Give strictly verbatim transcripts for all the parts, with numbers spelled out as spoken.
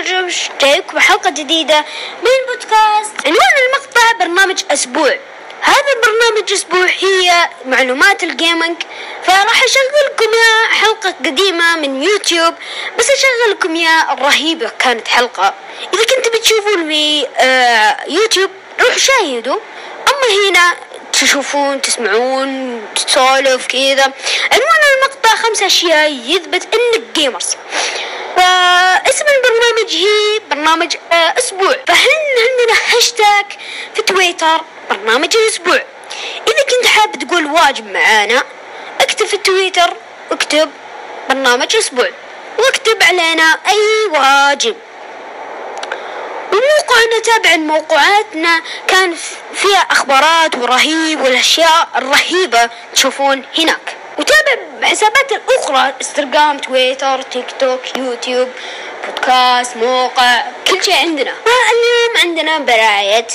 اشترك بحلقة جديدة من البودكاست. عنوان المقطع برنامج أسبوع. هذا البرنامج أسبوع هي معلومات الجيمنج، فراح أشغل لكم يا حلقة قديمة من يوتيوب، بس أشغل لكم يا رهيبة كانت حلقة. إذا كنت بتشوفون في آه يوتيوب روح شاهدوا، أما هنا تشوفون تسمعون تسولف كذا. عنوان المقطع خمس أشياء يثبت إنك جيمرز. فاسم البرنامج هي برنامج أسبوع، فهل عندنا هاشتاج في تويتر برنامج الأسبوع. إذا كنت حاب تقول واجب معانا اكتب في تويتر اكتب برنامج أسبوع واكتب علينا أي واجب. وموقعنا تابع موقعاتنا كان فيها أخبارات ورهيب والأشياء الرهيبة تشوفون هناك. وتابع حسابات الأخرى انستغرام تويتر تيك توك يوتيوب بودكاست موقع كل شيء عندنا. واليوم عندنا برعاية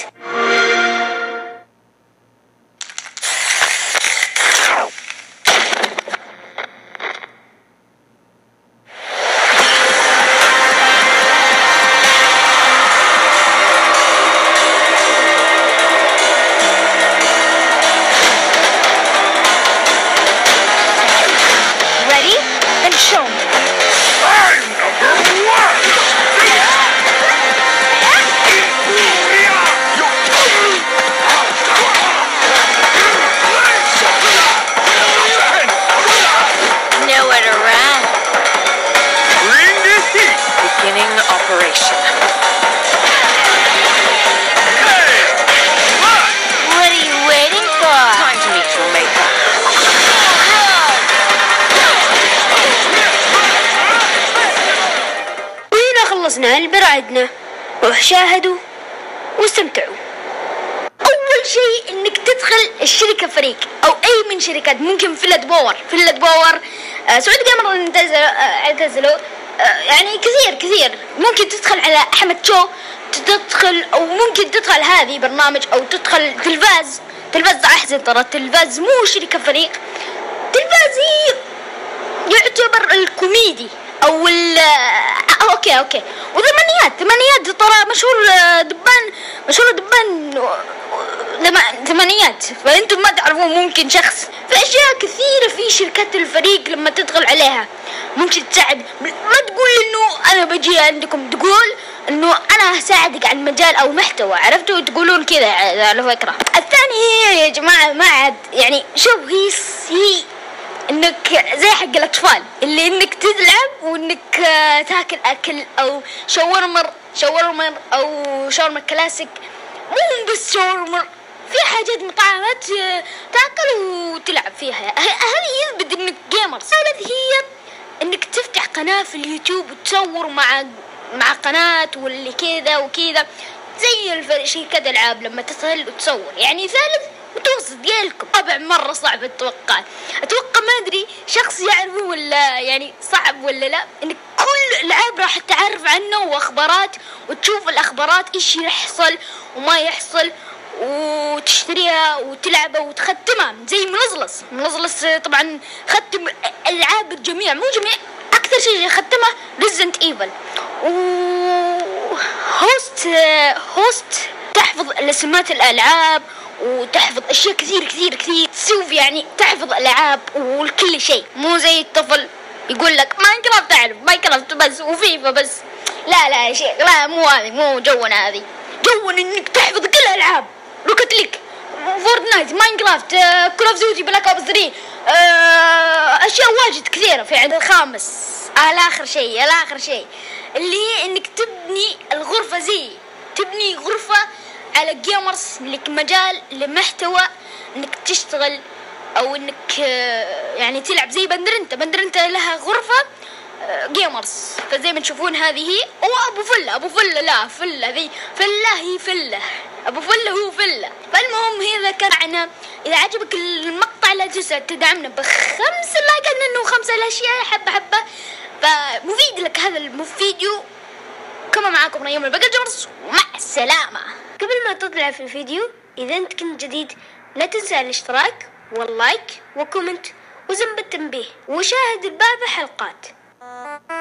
خلصنا البرعدنا. روح شاهدوا واستمتعوا. أول شيء إنك تدخل الشركة فريق أو أي من شركات، ممكن فيلد باور فيلد باور آه سعود جيمر اعتزلوا آه يعني كثير كثير. ممكن تدخل على أحمد شو تدخل، أو ممكن تدخل هذه برنامج، أو تدخل تلفاز تلفاز أحسن. ترى تلفاز مو شركة فريق، تلفاز يعتبر الكوميدي او ال اوكي اوكي وثمانيات ثمانيات ترى مشهور دبان مشهور دبان ثمانيات. فانتم ما تعرفون ممكن شخص في اشياء كثيره في شركات الفريق لما تدخل عليها ممكن تساعد. ما تقول انه انا بجي عندكم، تقول انه انا هساعدك على المجال او محتوى، عرفتوا تقولون كذا على فكره. الثاني هي يا جماعه ما عاد يعني شوف هي هي انك زي حق الاطفال اللي انك تلعب وانك تاكل اكل او شاورمر شاورمر او شاورما كلاسيك. مو بس شاورمر، في حاجات مطعمات تاكل وتلعب فيها. هذه يثبت انك جيمر. الثالث هي انك تفتح قناة في اليوتيوب وتصور مع مع قناة واللي كذا وكذا زي شركات العاب لما تدخل وتصور. يعني ثالث متوسط ديالكم. رابع مرة صعب اتوقع اتوقع ما ادري شخص يعرفه ولا يعني صعب ولا لا، انك كل الالعاب راح تعرف عنه واخبارات وتشوف الاخبارات ايش يحصل وما يحصل وتشتريها وتلعبها وتختمها زي منزلس منزلس طبعا ختم العاب الجميع، مو جميع، اكثر شيء ختمها ريزنت ايفل. و هوست هوست تحفظ الاسمات الالعاب وتحفظ اشياء كثير كثير كثير تسوي، يعني تحفظ الالعاب وكل شيء، مو زي الطفل يقول لك ماينكرافت تعرف ماينكرافت بس وفيفا بس. لا لا يا شيخ، لا مو هذه مو جونا. هذه جون انك تحفظ كل الالعاب، روكت ليك فورتنايت ماينكرافت كول اوف ديوتي بلاك اوبس ثري اشياء واجد كثيره. في عند الخامس الاخر شيء الاخر شيء اللي هي انك تبني الغرفه، زي تبني غرفه على جيمرز لك مجال لمحتوى انك تشتغل او انك يعني تلعب زي بندرنتا بندرنتا لها غرفة جيمرز. فزي ما تشوفون هذه هي. وابو فله ابو فله لا فله ذي فله هي فله ابو فله هو فله. فالمهم هذا كان معنا. اذا عجبك المقطع لا تنسى تدعمنا بخمس لايكات لانه خمسة الاشياء حبه حبه فمفيد لك هذا الفيديو. كما معاكم ريم البقر جورج ومع السلامه. قبل ما تطلع في الفيديو إذا أنت كنت جديد لا تنسى الاشتراك واللايك وكومنت وزن بالتنبيه وشاهد الباقي حلقات.